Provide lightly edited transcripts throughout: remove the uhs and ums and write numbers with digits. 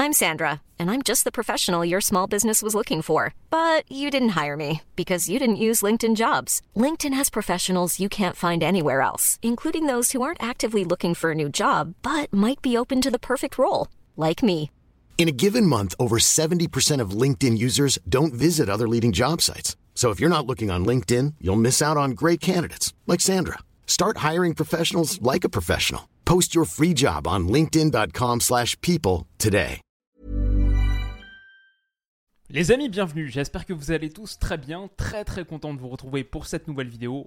I'm Sandra, and I'm just the professional your small business was looking for. But you didn't hire me because you didn't use LinkedIn Jobs. LinkedIn has professionals you can't find anywhere else, including those who aren't actively looking for a new job, but might be open to the perfect role, like me. In a given month, over 70% of LinkedIn users don't visit other leading job sites. So if you're not looking on LinkedIn, you'll miss out on great candidates like Sandra. Start hiring professionals like a professional. Post your free job on linkedin.com/people today. Les amis, bienvenue. J'espère que vous allez tous très bien. Très content de vous retrouver pour cette nouvelle vidéo.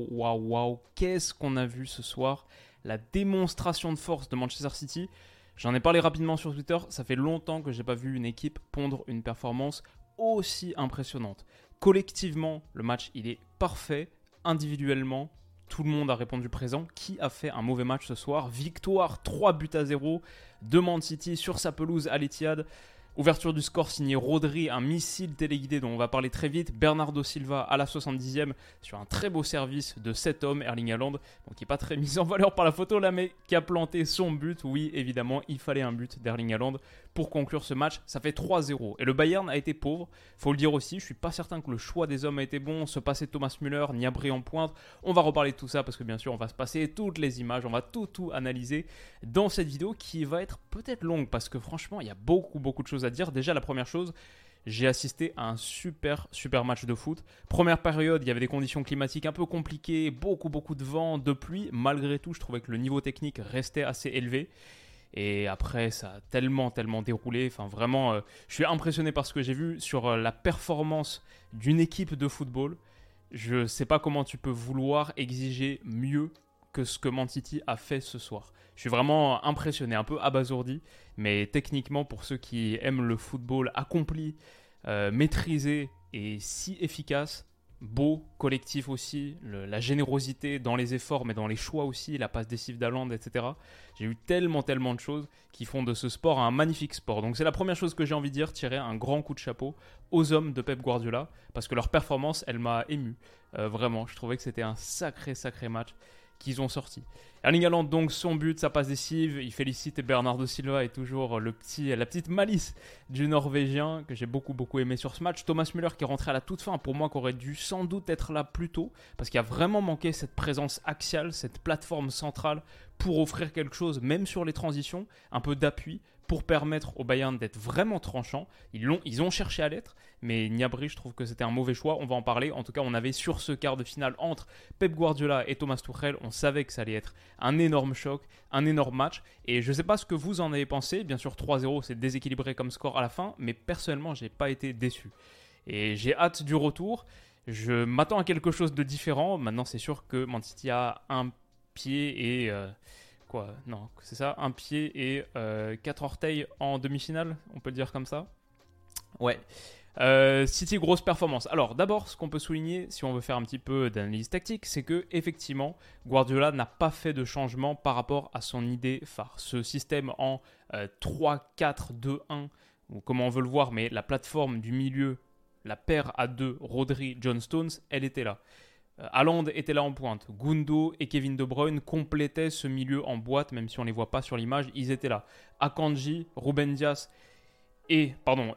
Waouh. Qu'est-ce qu'on a vu ce soir? La démonstration de force de Manchester City. J'en ai parlé rapidement sur Twitter. Ça fait longtemps que j'ai pas vu une équipe pondre une performance aussi impressionnante. Collectivement, le match, il est parfait. Individuellement, tout le monde a répondu présent. Qui a fait un mauvais match ce soir? Victoire 3-0 de Man City sur sa pelouse à l'Etihad. Ouverture du score signé Rodri, un missile téléguidé dont on va parler très vite. Bernardo Silva à la 70e sur un très beau service de cet homme, Erling Haaland, donc qui n'est pas très mis en valeur par la photo là, mais qui a planté son but. Oui, évidemment, il fallait un but d'Erling Haaland pour conclure ce match. Ça fait 3-0. Et le Bayern a été pauvre, faut le dire aussi. Je ne suis pas certain que le choix des hommes a été bon. Se passer de Thomas Müller, Gnabry en pointe. On va reparler de tout ça parce que bien sûr, on va se passer toutes les images. On va tout analyser dans cette vidéo qui va être peut-être longue parce que franchement, il y a beaucoup de choses à dire. Déjà, la première chose, j'ai assisté à un super match de foot. Première période, il y avait des conditions climatiques un peu compliquées, beaucoup de vent, de pluie. Malgré tout, je trouvais que le niveau technique restait assez élevé. Et après, ça a tellement déroulé. Enfin, vraiment, je suis impressionné par ce que j'ai vu sur la performance d'une équipe de football. Je ne sais pas comment tu peux vouloir exiger mieux que ce que Man City a fait ce soir. Je suis vraiment impressionné, un peu abasourdi, mais techniquement, pour ceux qui aiment le football accompli, maîtrisé et si efficace, beau, collectif aussi, la générosité dans les efforts, mais dans les choix aussi, la passe décisive d'Haaland, etc. J'ai eu tellement de choses qui font de ce sport un magnifique sport. Donc c'est la première chose que j'ai envie de dire, tirer un grand coup de chapeau aux hommes de Pep Guardiola, parce que leur performance, elle m'a ému. Vraiment, je trouvais que c'était un sacré match qu'ils ont sorti. Erling Haaland, donc son but, sa passe décisive, il félicite Bernardo Silva et toujours la petite malice du Norvégien que j'ai beaucoup aimé sur ce match. Thomas Müller qui est rentré à la toute fin, pour moi qui aurait dû sans doute être là plus tôt parce qu'il a vraiment manqué cette présence axiale, cette plateforme centrale pour offrir quelque chose, même sur les transitions, un peu d'appui pour permettre au Bayern d'être vraiment tranchant. Ils ont cherché à l'être, mais Gnabry, je trouve que c'était un mauvais choix. On va en parler. En tout cas, on avait sur ce quart de finale entre Pep Guardiola et Thomas Tuchel, on savait que ça allait être un énorme choc, un énorme match. Et je ne sais pas ce que vous en avez pensé. Bien sûr, 3-0, c'est déséquilibré comme score à la fin, mais personnellement, je n'ai pas été déçu. Et j'ai hâte du retour. Je m'attends à quelque chose de différent. Maintenant, c'est sûr que Man City a un pied et... Non, c'est ça, un pied et 4 orteils en demi-finale, on peut le dire comme ça. Ouais. City, grosse performance. Alors d'abord, ce qu'on peut souligner, si on veut faire un petit peu d'analyse tactique, c'est que effectivement, Guardiola n'a pas fait de changement par rapport à son idée phare. Ce système en 3-4-2-1, ou comment on veut le voir, mais la plateforme du milieu, la paire à deux, Rodri, John Stones, elle était là. Haaland était là en pointe. Gundo et Kevin De Bruyne complétaient ce milieu en boîte, même si on ne les voit pas sur l'image, ils étaient là. Akanji, Ruben Dias et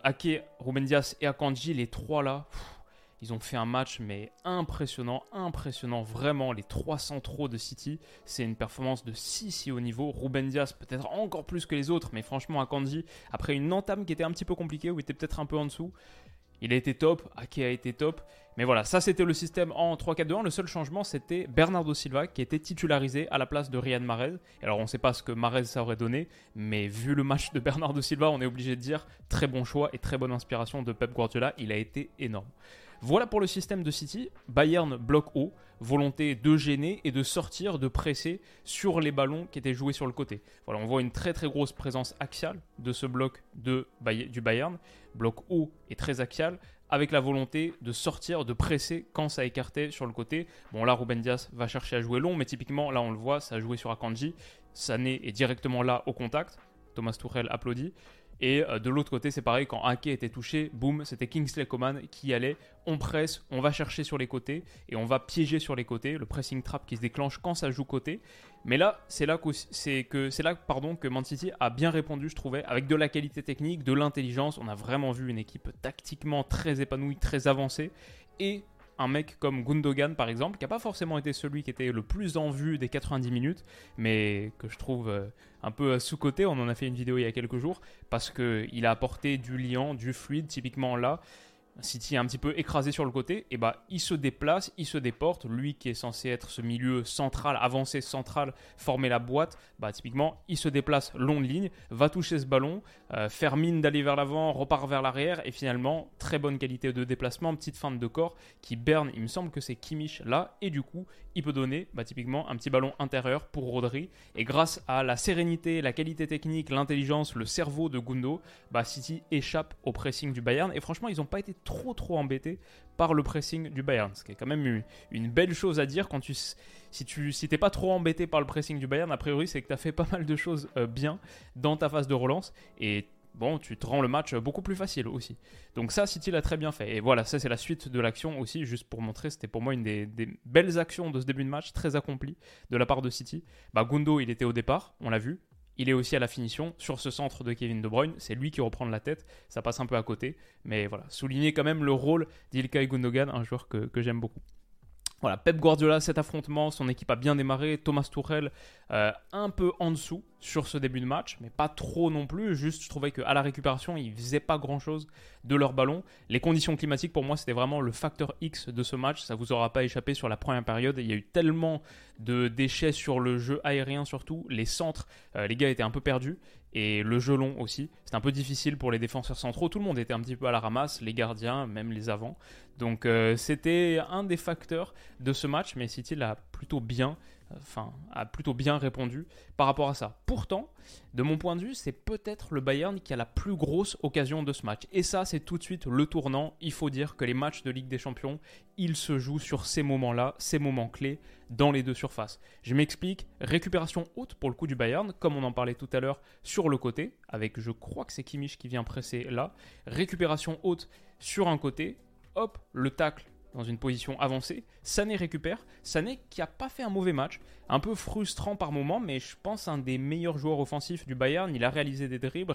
Akanji, les trois là, ils ont fait un match mais impressionnant, vraiment. Les trois centraux de City, c'est une performance de si haut niveau. Ruben Dias peut-être encore plus que les autres, mais franchement Akanji, après une entame qui était un petit peu compliquée, où il était peut-être un peu en dessous, il a été top, Ake a été top. Mais voilà, ça c'était le système en 3-4-2-1. Le seul changement, c'était Bernardo Silva qui était titularisé à la place de Riyad Mahrez. Alors on ne sait pas ce que Mahrez ça aurait donné, mais vu le match de Bernardo Silva, on est obligé de dire très bon choix et très bonne inspiration de Pep Guardiola. Il a été énorme. Voilà pour le système de City. Bayern bloc haut, volonté de gêner et de sortir, de presser sur les ballons qui étaient joués sur le côté. Voilà, on voit une très grosse présence axiale de ce bloc du Bayern. Bloc haut et très axial, avec la volonté de sortir, de presser quand ça écartait sur le côté. Bon là, Ruben Dias va chercher à jouer long, mais typiquement, là on le voit, ça a joué sur Akanji. Sané est directement là au contact. Thomas Tuchel applaudit. Et de l'autre côté, c'est pareil, quand Ake était touché, boum, c'était Kingsley Coman qui allait, on presse, on va chercher sur les côtés et on va piéger sur les côtés, le pressing trap qui se déclenche quand ça joue côté. Mais là, c'est là que Man City a bien répondu, je trouvais, avec de la qualité technique, de l'intelligence. On a vraiment vu une équipe tactiquement très épanouie, très avancée. Et un mec comme Gundogan, par exemple, qui n'a pas forcément été celui qui était le plus en vue des 90 minutes, mais que je trouve un peu sous-coté. On en a fait une vidéo il y a quelques jours, parce qu'il a apporté du liant, du fluide, typiquement là. City est un petit peu écrasé sur le côté, et bah il se déplace, il se déporte. Lui qui est censé être ce milieu central, avancé central, former la boîte, bah typiquement il se déplace long de ligne, va toucher ce ballon, faire mine d'aller vers l'avant, repart vers l'arrière, et finalement très bonne qualité de déplacement, petite feinte de corps qui berne, il me semble que c'est Kimmich là, et du coup il peut donner typiquement un petit ballon intérieur pour Rodri, et grâce à la sérénité, la qualité technique, l'intelligence, le cerveau de Gundo, City échappe au pressing du Bayern, et franchement ils n'ont pas été trop embêté par le pressing du Bayern, ce qui est quand même une belle chose à dire. Quand si t'es pas trop embêté par le pressing du Bayern, a priori c'est que tu as fait pas mal de choses bien dans ta phase de relance, et bon, tu te rends le match beaucoup plus facile aussi. Donc ça, City l'a très bien fait. Et voilà, ça c'est la suite de l'action aussi, juste pour montrer, c'était pour moi une des belles actions de ce début de match, très accomplie de la part de City. Gundo, il était au départ, on l'a vu. Il est aussi à la finition sur ce centre de Kevin De Bruyne. C'est lui qui reprend de la tête. Ça passe un peu à côté. Mais voilà, souligner quand même le rôle d'Ilkay Gundogan, un joueur que j'aime beaucoup. Voilà, Pep Guardiola, cet affrontement, son équipe a bien démarré. Thomas Tuchel, un peu en dessous sur ce début de match, mais pas trop non plus. Juste, je trouvais qu'à la récupération, ils ne faisaient pas grand-chose de leur ballon. Les conditions climatiques, pour moi, c'était vraiment le facteur X de ce match. Ça ne vous aura pas échappé sur la première période. Il y a eu tellement de déchets sur le jeu aérien surtout. Les centres, les gars étaient un peu perdus. Et le jeu long aussi, c'était un peu difficile pour les défenseurs centraux. Tout le monde était un petit peu à la ramasse, les gardiens, même les avants. Donc c'était un des facteurs de ce match, mais City a plutôt bien répondu par rapport à ça. Pourtant, de mon point de vue, c'est peut-être le Bayern qui a la plus grosse occasion de ce match. Et ça, c'est tout de suite le tournant. Il faut dire que les matchs de Ligue des Champions, ils se jouent sur ces moments-là, ces moments clés dans les deux surfaces. Je m'explique, récupération haute pour le coup du Bayern, comme on en parlait tout à l'heure sur le côté, avec je crois que c'est Kimmich qui vient presser là. Récupération haute sur un côté, hop, le tacle dans une position avancée. Sané récupère. Sané qui n'a pas fait un mauvais match. Un peu frustrant par moment, mais je pense un des meilleurs joueurs offensifs du Bayern. Il a réussi des dribbles,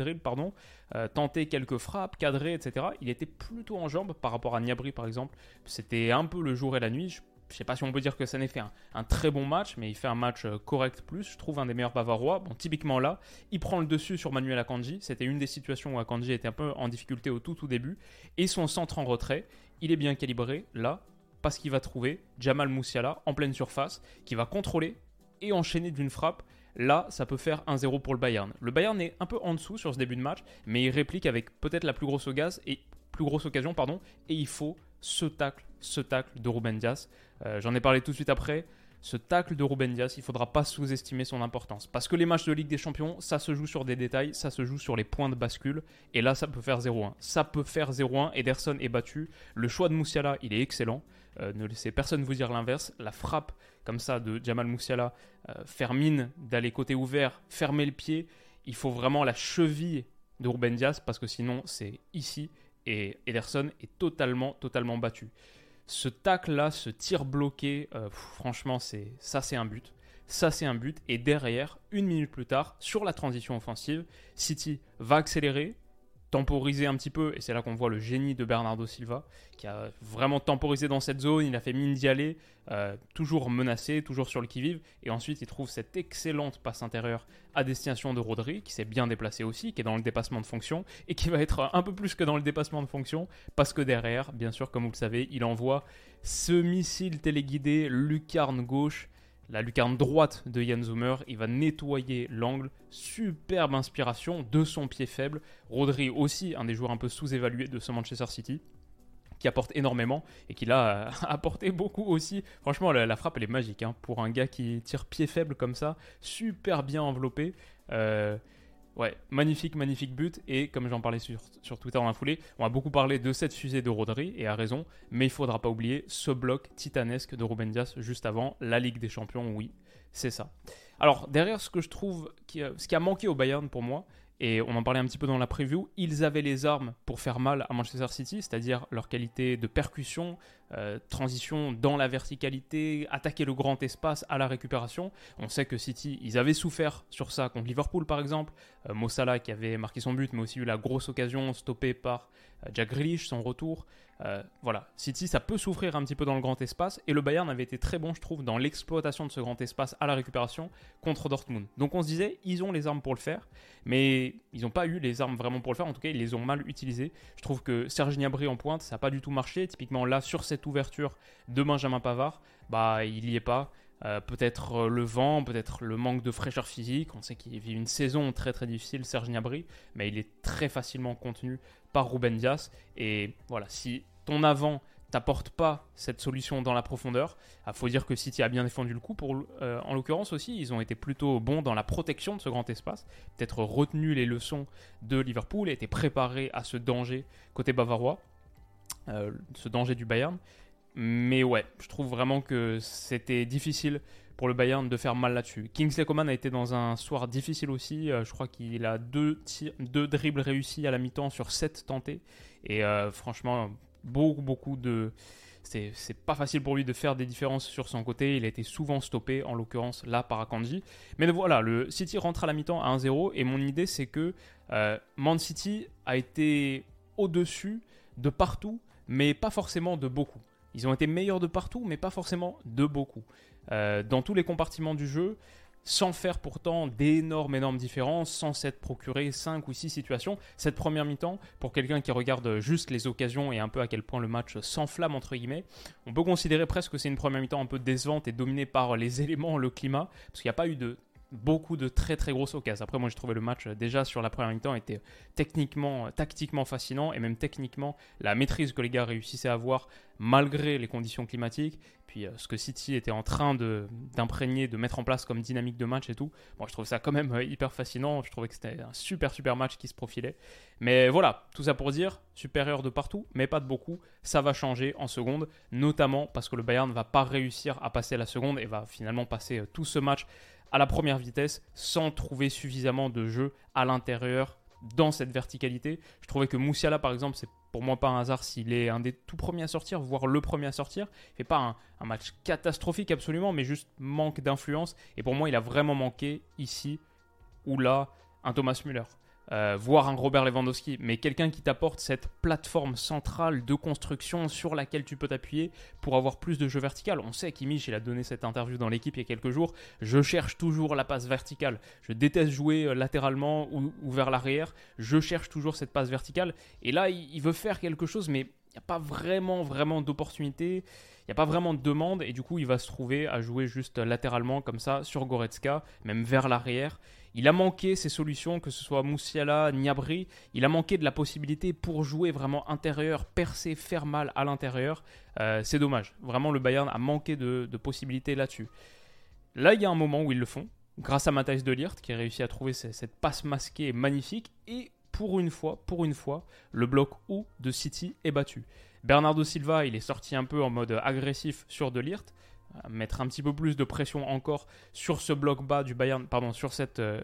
tenté quelques frappes, cadré, etc. Il était plutôt en jambes par rapport à Gnabry par exemple. C'était un peu le jour et la nuit. Je ne sais pas si on peut dire que Sané fait un très bon match, mais il fait un match correct plus. Je trouve un des meilleurs Bavarois. Bon, typiquement là, il prend le dessus sur Manuel Akanji. C'était une des situations où Akanji était un peu en difficulté au tout début. Et son centre en retrait, il est bien calibré là, parce qu'il va trouver Jamal Musiala en pleine surface, qui va contrôler et enchaîner d'une frappe. Là, ça peut faire 1-0 pour le Bayern. Le Bayern est un peu en dessous sur ce début de match, mais il réplique avec peut-être la plus grosse occasion, et il faut ce tacle de Ruben Dias. J'en ai parlé tout de suite après. Ce tacle de Ruben Dias, il ne faudra pas sous-estimer son importance. Parce que les matchs de Ligue des Champions, ça se joue sur des détails, ça se joue sur les points de bascule. Et là, ça peut faire 0-1. Ça peut faire 0-1. Ederson est battu. Le choix de Musiala, il est excellent. Ne laissez personne vous dire l'inverse. La frappe comme ça de Jamal Musiala, faire mine d'aller côté ouvert, fermer le pied. Il faut vraiment la cheville de Ruben Dias parce que sinon, c'est ici. Et Ederson est totalement battu. Ce tacle-là, ce tir bloqué, franchement, c'est un but. Ça, c'est un but. Et derrière, une minute plus tard, sur la transition offensive, City va accélérer, temporiser un petit peu. Et c'est là qu'on voit le génie de Bernardo Silva, qui a vraiment temporisé dans cette zone. Il a fait mine d'y aller, toujours menacé, toujours sur le qui-vive. Et ensuite, il trouve cette excellente passe intérieure à destination de Rodri, qui s'est bien déplacé aussi, qui est dans le dépassement de fonction, et qui va être un peu plus que dans le dépassement de fonction, parce que derrière, bien sûr, comme vous le savez, il envoie ce missile téléguidé lucarne gauche, la lucarne droite de Yann Sommer. Il va nettoyer l'angle. Superbe inspiration de son pied faible. Rodri aussi, un des joueurs un peu sous-évalués de ce Manchester City, qui apporte énormément et qui l'a apporté beaucoup aussi. Franchement, la frappe, elle est magique. Pour un gars qui tire pied faible comme ça, super bien enveloppé. Ouais, magnifique but. Et comme j'en parlais sur Twitter dans la foulée, on a beaucoup parlé de cette fusée de Rodri, et à raison. Mais il ne faudra pas oublier ce bloc titanesque de Ruben Dias juste avant la Ligue des Champions. Oui, c'est ça. Alors, derrière, ce que je trouve, ce qui a manqué au Bayern pour moi, Et on en parlait un petit peu dans la preview, ils avaient les armes pour faire mal à Manchester City, c'est-à-dire leur qualité de percussion, transition dans la verticalité, attaquer le grand espace à la récupération. On sait que City, ils avaient souffert sur ça contre Liverpool par exemple. Mo Salah qui avait marqué son but, mais aussi eu la grosse occasion stoppée par Jack Grealish, son retour. Voilà, City, ça peut souffrir un petit peu dans le grand espace, et le Bayern avait été très bon, je trouve, dans l'exploitation de ce grand espace à la récupération contre Dortmund. Donc on se disait, ils ont les armes pour le faire, mais ils n'ont pas eu les armes vraiment pour le faire. En tout cas, ils les ont mal utilisées. Je trouve que Serge Gnabry en pointe, ça n'a pas du tout marché. Typiquement là, sur cette ouverture de Benjamin Pavard, il n'y est pas. Peut-être le vent, peut-être le manque de fraîcheur physique. On sait qu'il vit une saison très très difficile, Serge Gnabry, mais il est très facilement contenu par Ruben Dias. Et voilà, si ton avant t'apporte pas cette solution dans la profondeur, il faut dire que City a bien défendu le coup. En l'occurrence aussi, ils ont été plutôt bons dans la protection de ce grand espace, peut-être retenu les leçons de Liverpool et étaient préparés à ce danger côté bavarois, ce danger du Bayern. Mais ouais, je trouve vraiment que c'était difficile pour le Bayern de faire mal là-dessus. Kingsley Coman a été dans un soir difficile aussi. Je crois qu'il a 2 dribbles réussis à la mi-temps sur 7 tentés. Et franchement, beaucoup de... C'est pas facile pour lui de faire des différences sur son côté. Il a été souvent stoppé, en l'occurrence là par Akanji. Mais voilà, le City rentre à la mi-temps à 1-0. Et mon idée, c'est que Man City a été au-dessus de partout, mais pas forcément de beaucoup. Ils ont été meilleurs de partout, mais pas forcément de beaucoup. Dans tous les compartiments du jeu, sans faire pourtant d'énormes différences, sans s'être procuré 5 ou 6 situations. Cette première mi-temps, pour quelqu'un qui regarde juste les occasions et un peu à quel point le match s'enflamme, entre guillemets, on peut considérer presque que c'est une première mi-temps un peu décevante et dominée par les éléments, le climat, parce qu'il n'y a pas eu beaucoup de très très grosses occasions. Après, moi j'ai trouvé le match déjà sur la première mi-temps était tactiquement fascinant, et même techniquement, la maîtrise que les gars réussissaient à avoir malgré les conditions climatiques, puis ce que City était en train d'imprégner, de mettre en place comme dynamique de match et tout. Moi je trouve ça quand même hyper fascinant. Je trouvais que c'était un super match qui se profilait. Mais voilà, tout ça pour dire, supérieur de partout, mais pas de beaucoup. Ça va changer en seconde, notamment parce que le Bayern ne va pas réussir à passer la seconde et va finalement passer tout ce match à la première vitesse sans trouver suffisamment de jeu à l'intérieur dans cette verticalité. Je trouvais que Musiala, par exemple, c'est pour moi pas un hasard s'il est un des tout premiers à sortir, voire le premier à sortir. Il fait pas un match catastrophique absolument, mais juste manque d'influence. Et pour moi, il a vraiment manqué ici ou là un Thomas Müller. Voire un Robert Lewandowski, mais quelqu'un qui t'apporte cette plateforme centrale de construction sur laquelle tu peux t'appuyer pour avoir plus de jeu vertical. On sait qu'Imich, il a donné cette interview dans l'équipe il y a quelques jours. Je cherche toujours la passe verticale. Je déteste jouer latéralement ou vers l'arrière. Je cherche toujours cette passe verticale. Et là, il veut faire quelque chose, mais il n'y a pas vraiment d'opportunité. Il n'y a pas vraiment de demande. Et du coup, il va se trouver à jouer juste latéralement comme ça sur Goretzka, même vers l'arrière. Il a manqué ces solutions, que ce soit Musiala, Gnabry. Il a manqué de la possibilité pour jouer vraiment intérieur, percer, faire mal à l'intérieur. C'est dommage. Vraiment, le Bayern a manqué de possibilités là-dessus. Là, il y a un moment où ils le font, grâce à Matthijs de Ligt, qui a réussi à trouver cette passe masquée magnifique. Et pour une fois, le bloc haut de City est battu. Bernardo Silva, il est sorti un peu en mode agressif sur de Ligt. Mettre un petit peu plus de pression encore sur ce bloc bas du Bayern, sur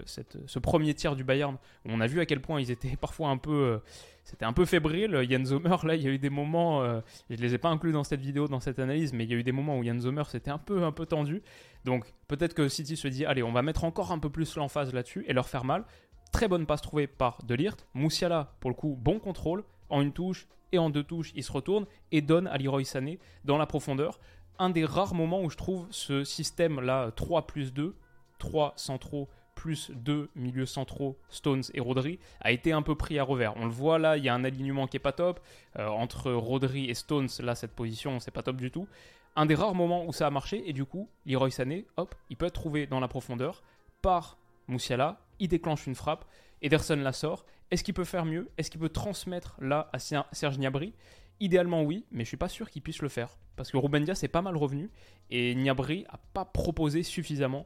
ce premier tiers du Bayern, où on a vu à quel point ils étaient parfois c'était un peu fébrile. Jan Sommer, là, il y a eu des moments, je ne les ai pas inclus dans cette vidéo, dans cette analyse, mais il y a eu des moments où Jan Sommer c'était un peu tendu. Donc peut-être que City se dit, allez, on va mettre encore un peu plus l'emphase là-dessus et leur faire mal. Très bonne passe trouvée par De Ligt. Musiala, pour le coup, bon contrôle, en une touche et en 2 touches, il se retourne et donne à Leroy Sané dans la profondeur. Un des rares moments où je trouve ce système-là, 3+2, 3 centraux plus 2 milieux centraux, Stones et Rodri, a été un peu pris à revers. On le voit là, il y a un alignement qui n'est pas top. Entre Rodri et Stones, là, cette position, c'est pas top du tout. Un des rares moments où ça a marché, et du coup, Leroy Sané, hop, il peut être trouvé dans la profondeur par Musiala, il déclenche une frappe, Ederson la sort. Est-ce qu'il peut faire mieux ? Est-ce qu'il peut transmettre là à Serge Gnabry ? Idéalement oui, mais je ne suis pas sûr qu'il puisse le faire. Parce que Ruben Dias est pas mal revenu et Gnabry n'a pas proposé suffisamment.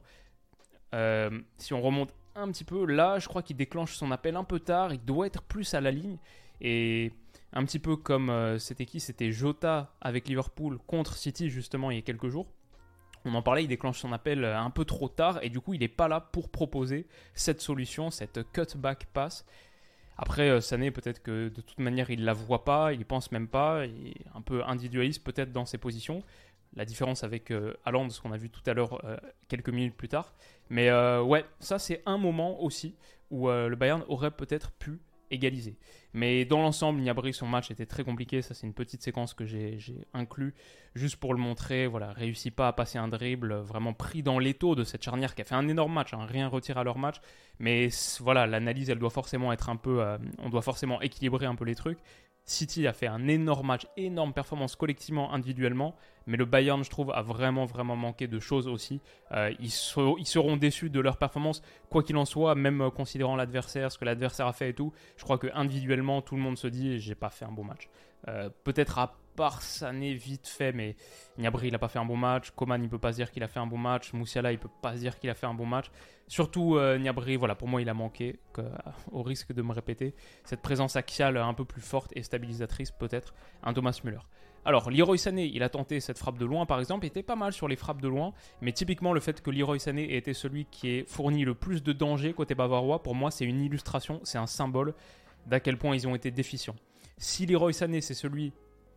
Si on remonte un petit peu, là je crois qu'il déclenche son appel un peu tard, il doit être plus à la ligne. Et un petit peu comme c'était Jota avec Liverpool contre City justement il y a quelques jours. On en parlait, il déclenche son appel un peu trop tard et du coup, il n'est pas là pour proposer cette solution, cette cutback pass. Après, Sané, peut-être que de toute manière, il ne la voit pas, il n'y pense même pas, il est un peu individualiste peut-être dans ses positions. La différence avec Haaland, ce qu'on a vu tout à l'heure, quelques minutes plus tard. Mais ouais, ça c'est un moment aussi où le Bayern aurait peut-être pu égaliser. Mais dans l'ensemble, Gnabry, son match était très compliqué. Ça, c'est une petite séquence que j'ai inclus juste pour le montrer. Voilà, réussit pas à passer un dribble, vraiment pris dans l'étau de cette charnière qui a fait un énorme match. Hein, rien retiré à leur match. Mais voilà, l'analyse, elle doit forcément être un peu... on doit forcément équilibrer un peu les trucs. City a fait un énorme match, énorme performance collectivement, individuellement, mais le Bayern, je trouve, a vraiment manqué de choses aussi. Ils seront déçus de leur performance, quoi qu'il en soit, même considérant l'adversaire, ce que l'adversaire a fait et tout. Je crois que individuellement, tout le monde se dit, j'ai pas fait un bon match. Peut-être à part Sané vite fait, mais Gnabry il a pas fait un bon match, Coman il peut pas se dire qu'il a fait un bon match, Musiala il peut pas se dire qu'il a fait un bon match. Surtout Gnabry, voilà, pour moi il a manqué, au risque de me répéter, cette présence axiale un peu plus forte et stabilisatrice peut-être, un Thomas Müller. Alors Leroy Sané, il a tenté cette frappe de loin par exemple, était pas mal sur les frappes de loin, mais typiquement le fait que Leroy Sané ait été celui qui ait fourni le plus de danger côté bavarois, pour moi c'est une illustration, c'est un symbole d'à quel point ils ont été déficients. Si Leroy Sané c'est celui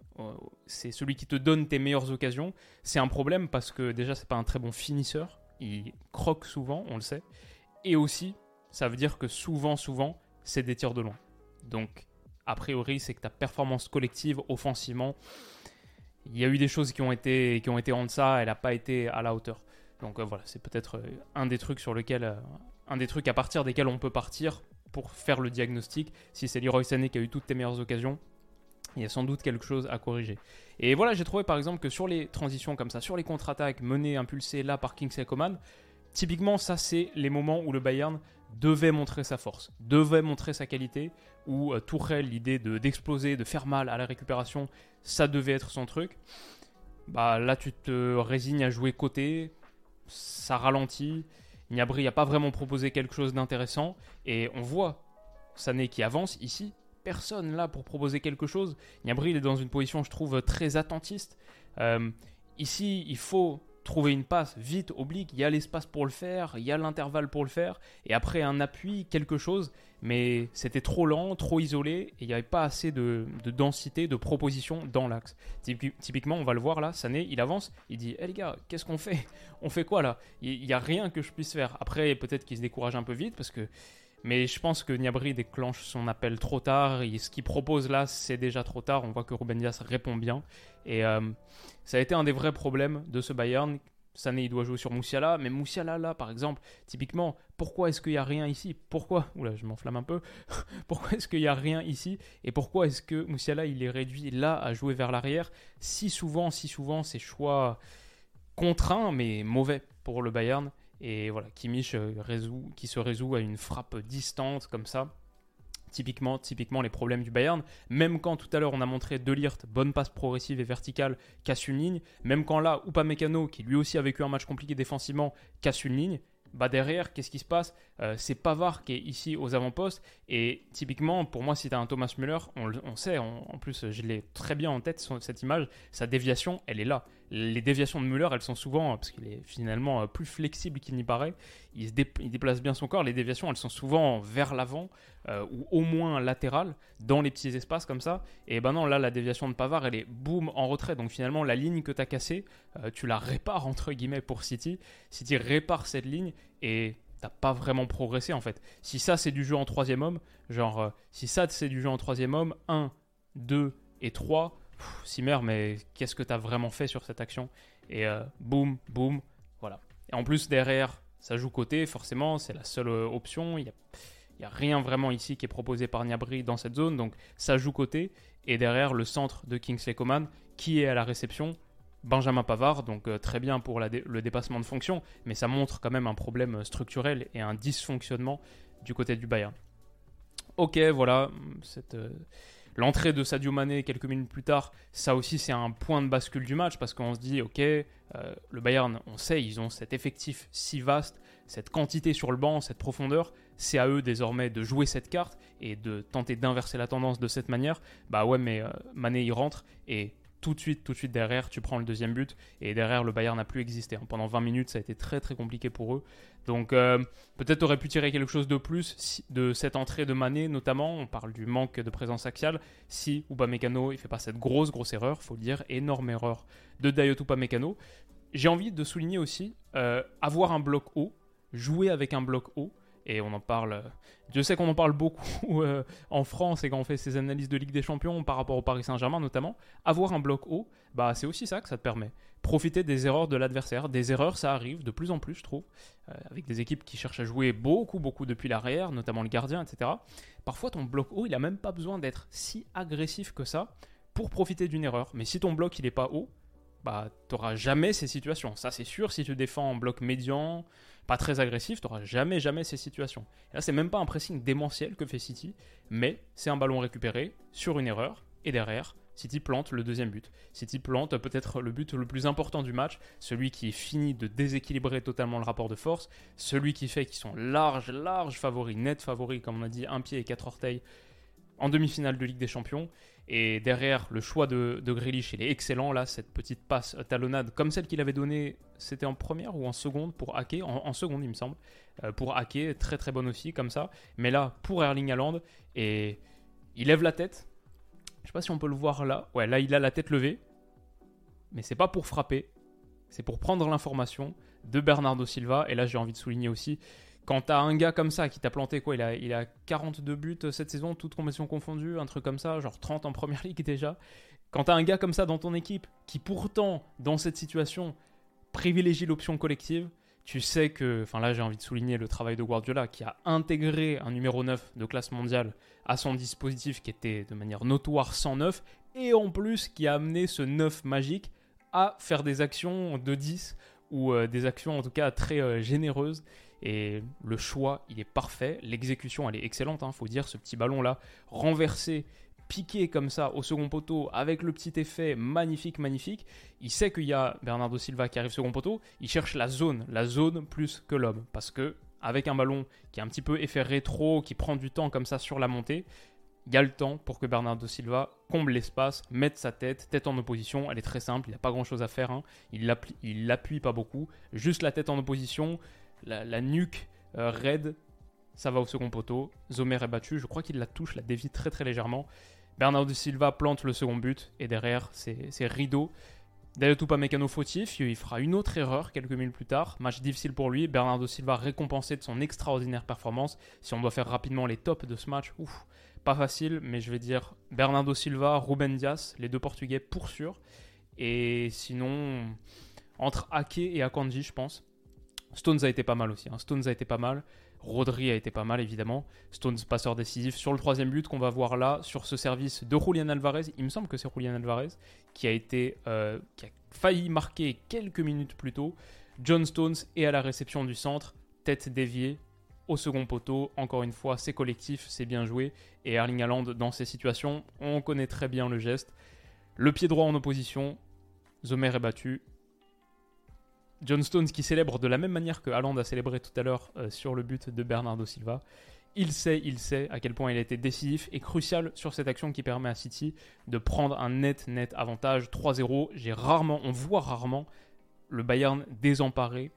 qui te donne tes meilleures occasions, c'est un problème parce que déjà c'est pas un très bon finisseur, il croque souvent, on le sait, et aussi ça veut dire que souvent c'est des tirs de loin. Donc a priori c'est que ta performance collective offensivement, il y a eu des choses qui ont été en deçà, elle n'a pas été à la hauteur. Donc voilà, c'est peut-être un des trucs à partir desquels on peut partir pour faire le diagnostic. Si c'est Leroy Sané qui a eu toutes tes meilleures occasions, il y a sans doute quelque chose à corriger. Et voilà, j'ai trouvé par exemple que sur les transitions comme ça, sur les contre-attaques menées, impulsées là par Kingsley Coman, typiquement ça c'est les moments où le Bayern devait montrer sa force, devait montrer sa qualité, où Tuchel, l'idée d'exploser, de faire mal à la récupération, ça devait être son truc. Bah là tu te résignes à jouer côté, ça ralentit, Gnabry n'a pas vraiment proposé quelque chose d'intéressant, et on voit Sané qui avance ici, personne là pour proposer quelque chose. Gnabry il est dans une position, je trouve, très attentiste. Ici, il faut trouver une passe vite, oblique. Il y a l'espace pour le faire, il y a l'intervalle pour le faire. Et après, un appui, quelque chose. Mais c'était trop lent, trop isolé. Et il n'y avait pas assez de densité, de proposition dans l'axe. Typiquement, on va le voir là, Sané, il avance. Il dit, les gars, qu'est-ce qu'on fait ? On fait quoi là ? Il n'y a rien que je puisse faire. Après, peut-être qu'il se décourage un peu vite parce que... Mais je pense que Gnabry déclenche son appel trop tard. Et ce qu'il propose là, c'est déjà trop tard. On voit que Ruben Dias répond bien. Et ça a été un des vrais problèmes de ce Bayern. Sané, il doit jouer sur Musiala. Mais Musiala, là, par exemple, typiquement, pourquoi est-ce qu'il n'y a rien ici ? Pourquoi ? Oula, je m'enflamme un peu. Pourquoi est-ce qu'il n'y a rien ici ? Et pourquoi est-ce que Musiala, il est réduit là à jouer vers l'arrière ? Si souvent, ces choix contraints, mais mauvais pour le Bayern. Et voilà, Kimmich qui se résout à une frappe distante comme ça. Typiquement les problèmes du Bayern. Même quand tout à l'heure on a montré De Ligt, bonne passe progressive et verticale, casse une ligne. Même quand là, Upamecano, qui lui aussi a vécu un match compliqué défensivement, casse une ligne. Bah derrière, qu'est-ce qui se passe ? C'est Pavard qui est ici aux avant-postes. Et typiquement, pour moi, si tu as un Thomas Müller, on sait, en plus je l'ai très bien en tête, cette image, sa déviation, elle est là. Les déviations de Müller, elles sont souvent, parce qu'il est finalement plus flexible qu'il n'y paraît, il déplace bien son corps, les déviations, elles sont souvent vers l'avant, ou au moins latérales, dans les petits espaces comme ça. Et ben non, là, la déviation de Pavard, elle est boum, en retrait. Donc finalement, la ligne que tu as cassée, tu la répares, entre guillemets, pour City. City répare cette ligne, et t'as pas vraiment progressé, en fait. Si ça, c'est du jeu en troisième homme, si ça, c'est du jeu en troisième homme, 1, 2 et 3... Simmer, mais qu'est-ce que tu as vraiment fait sur cette action ? Et boum, voilà. Et en plus, derrière, ça joue côté, forcément, c'est la seule option. Il n'y a rien vraiment ici qui est proposé par Gnabry dans cette zone, donc ça joue côté. Et derrière, le centre de Kingsley Coman, qui est à la réception, Benjamin Pavard, donc très bien pour le dépassement de fonction, mais ça montre quand même un problème structurel et un dysfonctionnement du côté du Bayern. Ok, voilà, l'entrée de Sadio Mané quelques minutes plus tard, ça aussi c'est un point de bascule du match parce qu'on se dit ok, le Bayern, on sait, ils ont cet effectif si vaste, cette quantité sur le banc, cette profondeur, c'est à eux désormais de jouer cette carte et de tenter d'inverser la tendance de cette manière. Bah ouais, mais Mané il rentre et tout de suite derrière, tu prends le deuxième but. Et derrière, le Bayern n'a plus existé. Pendant 20 minutes, ça a été très très compliqué pour eux. Donc peut-être aurait pu tirer quelque chose de plus de cette entrée de Mané notamment. On parle du manque de présence axiale. Si Upamecano ne fait pas cette grosse grosse erreur, il faut le dire, énorme erreur de Dayot Upamecano. J'ai envie de souligner aussi avoir un bloc haut, jouer avec un bloc haut. Et on en parle, Dieu sait qu'on en parle beaucoup en France et quand on fait ces analyses de Ligue des Champions par rapport au Paris Saint-Germain notamment. Avoir un bloc haut, c'est aussi ça que ça te permet. Profiter des erreurs de l'adversaire. Des erreurs, ça arrive de plus en plus, je trouve, avec des équipes qui cherchent à jouer beaucoup depuis l'arrière, notamment le gardien, etc. Parfois, ton bloc haut, il n'a même pas besoin d'être si agressif que ça pour profiter d'une erreur. Mais si ton bloc, il n'est pas haut, tu n'auras jamais ces situations. Ça, c'est sûr, si tu défends en bloc médian, pas très agressif, tu n'auras jamais ces situations. Et là, c'est même pas un pressing démentiel que fait City, mais c'est un ballon récupéré sur une erreur, et derrière, City plante le deuxième but. City plante peut-être le but le plus important du match, celui qui finit de déséquilibrer totalement le rapport de force, celui qui fait qu'ils sont larges favoris, net favoris, comme on a dit, un pied et 4 orteils, en demi-finale de Ligue des Champions. Et derrière, le choix de Grealish, il est excellent. Là, cette petite passe talonnade, comme celle qu'il avait donnée, c'était en première ou en seconde pour Ake, en seconde, il me semble. Pour Ake, très très bonne aussi, comme ça. Mais là, pour Erling Haaland, et il lève la tête. Je ne sais pas si on peut le voir là. Ouais, là, il a la tête levée. Mais c'est pas pour frapper. C'est pour prendre l'information de Bernardo Silva. Et là, j'ai envie de souligner aussi, quand t'as un gars comme ça qui t'a planté quoi, il a 42 buts cette saison, toutes compétitions confondues, un truc comme ça, genre 30 en première ligue déjà. Quand t'as un gars comme ça dans ton équipe qui pourtant, dans cette situation, privilégie l'option collective, tu sais que, enfin là j'ai envie de souligner le travail de Guardiola qui a intégré un numéro 9 de classe mondiale à son dispositif qui était de manière notoire 109 et en plus qui a amené ce 9 magique à faire des actions de 10 ou des actions en tout cas très généreuses. Et le choix, il est parfait. L'exécution, elle est excellente, faut dire. Ce petit ballon-là, renversé, piqué comme ça au second poteau, avec le petit effet magnifique. Il sait qu'il y a Bernardo Silva qui arrive second poteau. Il cherche la zone plus que l'homme. Parce que avec un ballon qui a un petit peu effet rétro, qui prend du temps comme ça sur la montée, il y a le temps pour que Bernardo Silva comble l'espace, mette sa tête en opposition. Elle est très simple, il n'a pas grand-chose à faire. Il l'appuie pas beaucoup. Juste la tête en opposition. La nuque raide, ça va au second poteau. Zomer est battu, je crois qu'il la touche, la dévie très très légèrement. Bernardo Silva plante le second but et derrière c'est rideau. Dayot Upamecano fautif, il fera une autre erreur quelques minutes plus tard. Match difficile pour lui. Bernardo Silva récompensé de son extraordinaire performance. Si on doit faire rapidement les tops de ce match, pas facile, mais je vais dire Bernardo Silva, Ruben Dias, les deux Portugais pour sûr. Et sinon, entre Ake et Akanji, je pense. Stones a été pas mal aussi. Stones a été pas mal. Rodri a été pas mal, évidemment. Stones, passeur décisif sur le troisième but qu'on va voir là, sur ce service de Julian Alvarez. Il me semble que c'est Julian Alvarez qui a failli marquer quelques minutes plus tôt. John Stones est à la réception du centre, tête déviée au second poteau. Encore une fois, c'est collectif, c'est bien joué. Et Erling Haaland, dans ces situations, on connaît très bien le geste. Le pied droit en opposition. Zomer est battu. John Stones qui célèbre de la même manière que Haaland a célébré tout à l'heure sur le but de Bernardo Silva. Il sait à quel point il a été décisif et crucial sur cette action qui permet à City de prendre un net avantage 3-0. On voit rarement le Bayern désemparé,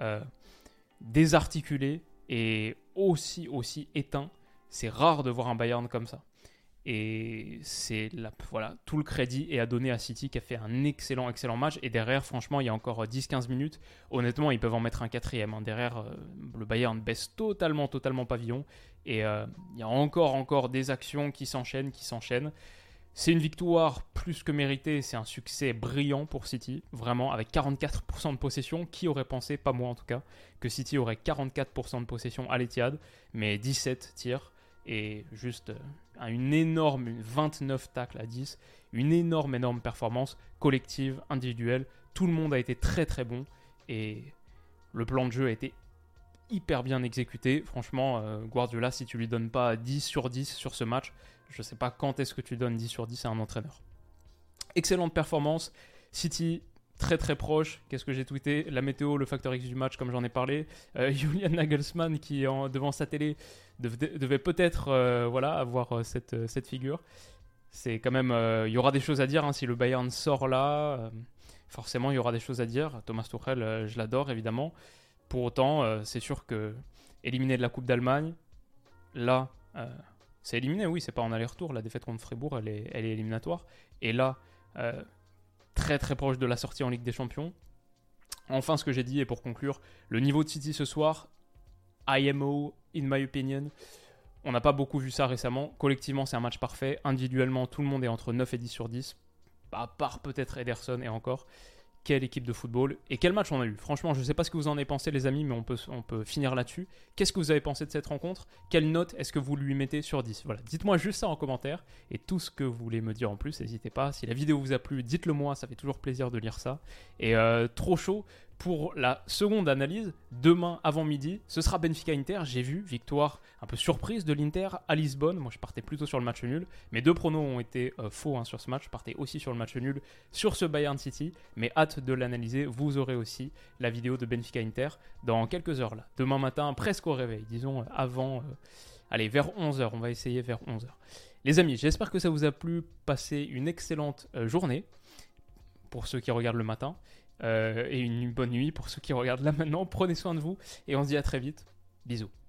désarticulé et aussi éteint. C'est rare de voir un Bayern comme ça. Et tout le crédit est à donner à City qui a fait un excellent match. Et derrière, franchement, il y a encore 10-15 minutes. Honnêtement, ils peuvent en mettre un quatrième. Derrière, le Bayern baisse totalement pavillon. Et il y a encore des actions qui s'enchaînent. C'est une victoire plus que méritée. C'est un succès brillant pour City. Vraiment, avec 44% de possession. Qui aurait pensé, pas moi en tout cas, que City aurait 44% de possession à l'Etihad. Mais 17 tirs. Et juste une énorme 29 tacles à 10, une énorme performance collective, individuelle. Tout le monde a été très très bon et le plan de jeu a été hyper bien exécuté. Franchement, Guardiola, si tu lui donnes pas 10 sur 10 sur ce match, je sais pas quand est-ce que tu donnes 10 sur 10 à un entraîneur. Excellente performance. City très très proche. Qu'est-ce que j'ai tweeté ? La météo, le facteur X du match, comme j'en ai parlé. Julian Nagelsmann qui, devant sa télé, devait peut-être avoir cette figure. C'est quand même, il y aura des choses à dire si le Bayern sort là. Forcément, il y aura des choses à dire. Thomas Tuchel, je l'adore évidemment. Pour autant, c'est sûr que éliminé de la Coupe d'Allemagne, là, c'est éliminé, oui, c'est pas en aller-retour. La défaite contre Fribourg, elle est éliminatoire. Et là, très très proche de la sortie en Ligue des Champions. Enfin, ce que j'ai dit, et pour conclure, le niveau de City ce soir, IMO, in my opinion. On n'a pas beaucoup vu ça récemment. Collectivement, c'est un match parfait. Individuellement, tout le monde est entre 9 et 10 sur 10. À part peut-être Ederson et encore. Quelle équipe de football. Et quel match on a eu. Franchement, je ne sais pas ce que vous en avez pensé, les amis, mais on peut finir là-dessus. Qu'est-ce que vous avez pensé de cette rencontre? Quelle note est-ce que vous lui mettez sur 10? Voilà, dites-moi juste ça en commentaire. Et tout ce que vous voulez me dire en plus, n'hésitez pas. Si la vidéo vous a plu, dites-le moi. Ça fait toujours plaisir de lire ça. Et trop chaud pour la seconde analyse. Demain, avant midi, ce sera Benfica-Inter. J'ai vu, victoire un peu surprise de l'Inter à Lisbonne. Moi, je partais plutôt sur le match nul. Mes deux pronos ont été faux sur ce match. Je partais aussi sur le match nul sur ce Bayern City. Mais hâte de l'analyser. Vous aurez aussi la vidéo de Benfica-Inter dans quelques heures là. Demain matin, presque au réveil. Disons avant... allez, vers 11h. On va essayer vers 11h. Les amis, j'espère que ça vous a plu. Passez une excellente journée pour ceux qui regardent le matin. Et une bonne nuit pour ceux qui regardent là maintenant. Prenez soin de vous et on se dit à très vite. Bisous.